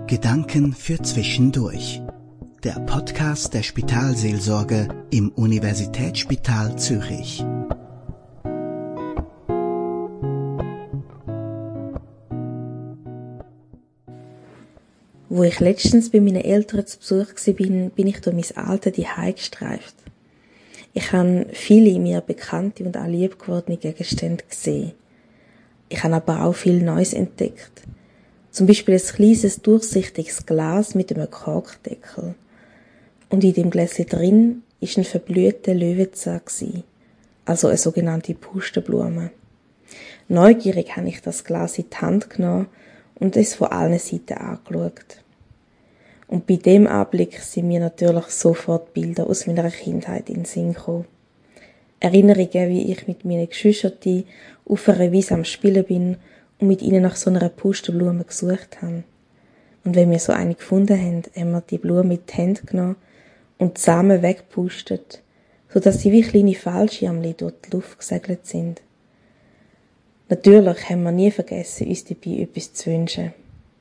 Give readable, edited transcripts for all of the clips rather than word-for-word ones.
Gedanken für zwischendurch. Der Podcast der Spitalseelsorge im Universitätsspital Zürich. Wo ich letztens bei meinen Eltern zu Besuch war, bin ich durch mein altes Zuhause gestreift. Ich habe viele mir bekannte und auch lieb gewordene Gegenstände gesehen. Ich habe aber auch viel Neues entdeckt. Zum Beispiel ein kleines, durchsichtiges Glas mit einem Korkdeckel. Und in dem Gläschen drin war ein verblühter Löwenzahn, also eine sogenannte Pusteblume. Neugierig habe ich das Glas in die Hand genommen und es von allen Seiten angeschaut. Und bei dem Anblick sind mir natürlich sofort Bilder aus meiner Kindheit in den Sinn gekommen. Erinnerungen, wie ich mit meinen Geschwistern auf einer Wiese am Spielen bin und mit ihnen nach so einer Pusteblume gesucht habe. Und wenn wir so eine gefunden haben, haben wir die Blume in die Hände genommen und die Samen weggepustet, sodass sie wie kleine Fallschirmchen durch die Luft gesegelt sind. Natürlich haben wir nie vergessen, uns dabei etwas zu wünschen.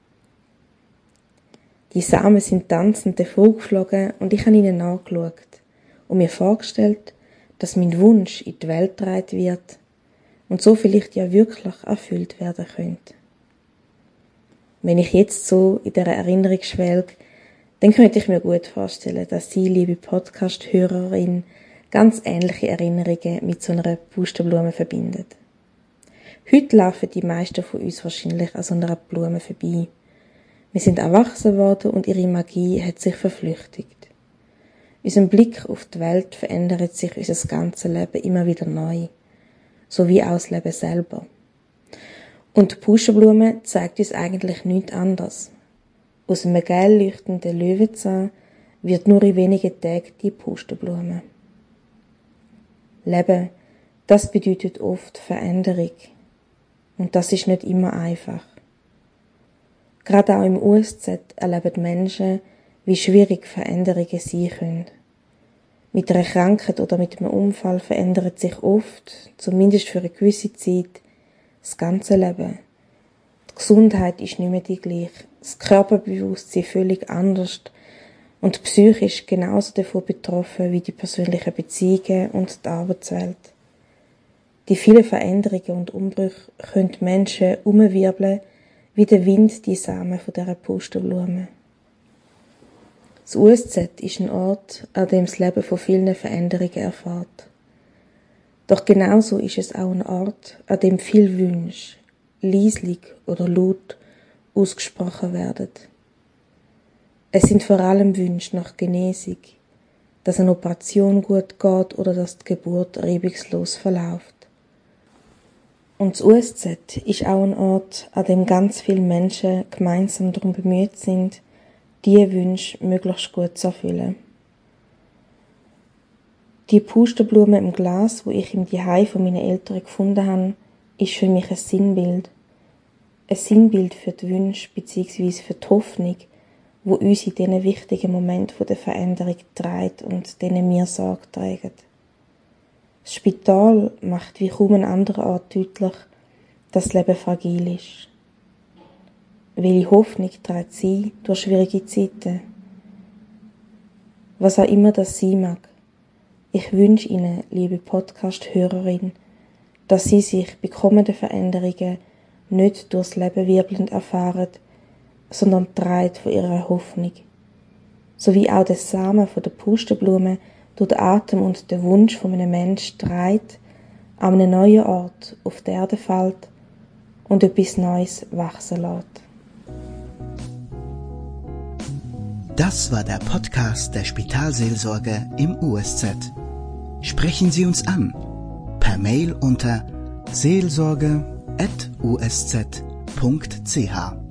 Die Samen sind tanzend davongeflogen und ich habe ihnen nachgeschaut und mir vorgestellt, dass mein Wunsch in die Welt getragen wird und so vielleicht ja wirklich erfüllt werden könnte. Wenn ich jetzt so in dieser Erinnerung schwelge, dann könnte ich mir gut vorstellen, dass Sie, liebe Podcast-Hörerin, ganz ähnliche Erinnerungen mit so einer Pusteblume verbindet. Heute laufen die meisten von uns wahrscheinlich an so einer Blume vorbei. Wir sind erwachsen worden und ihre Magie hat sich verflüchtigt. Unser Blick auf die Welt verändert sich unser ganzes Leben immer wieder neu. So wie auch das Leben selber. Und die Pusteblume zeigt uns eigentlich nichts anderes. Aus einem gelb leuchtenden Löwenzahn wird nur in wenigen Tagen die Pusteblume. Leben, das bedeutet oft Veränderung. Und das ist nicht immer einfach. Gerade auch im USZ erleben Menschen, wie schwierig Veränderungen sein können. Mit einer Krankheit oder mit einem Unfall verändert sich oft, zumindest für eine gewisse Zeit, das ganze Leben. Die Gesundheit ist nicht mehr die gleiche, das Körperbewusstsein völlig anders und die Psyche ist genauso davon betroffen wie die persönlichen Beziehungen und die Arbeitswelt. Die vielen Veränderungen und Umbrüche können die Menschen umwirbeln, wie der Wind die Samen von dieser Pusteblume. Das USZ ist ein Ort, an dem das Leben von vielen Veränderungen erfährt. Doch genauso ist es auch ein Ort, an dem viele Wünsche, leislich oder laut, ausgesprochen werden. Es sind vor allem Wünsche nach Genesung, dass eine Operation gut geht oder dass die Geburt reibungslos verläuft. Und das USZ ist auch ein Ort, an dem ganz viele Menschen gemeinsam darum bemüht sind, diese Wünsche möglichst gut zu erfüllen. Die Pusteblume im Glas, wo ich im Zuhause von meinen Eltern gefunden habe, ist für mich ein Sinnbild. Ein Sinnbild für die Wünsche bzw. für die Hoffnung, wo uns in diesen wichtigen Momenten der Veränderung trägt und denen wir Sorge tragen. Das Spital macht wie kaum ein anderer Ort deutlich, dass das Leben fragil ist. Welche Hoffnung trägt sie durch schwierige Zeiten? Was auch immer das sein mag. Ich wünsche Ihnen, liebe Podcast-Hörerin, dass Sie sich bei kommenden Veränderungen nicht durchs Leben wirbelnd erfahren, sondern getragen von Ihrer Hoffnung. Sowie auch der Samen von der Pusteblume durch den Atem und den Wunsch von einem Menschen trägt, an einem neuen Ort auf die Erde fällt und etwas Neues wachsen lässt. Das war der Podcast der Spitalseelsorge im USZ. Sprechen Sie uns an per Mail unter seelsorge@usz.ch.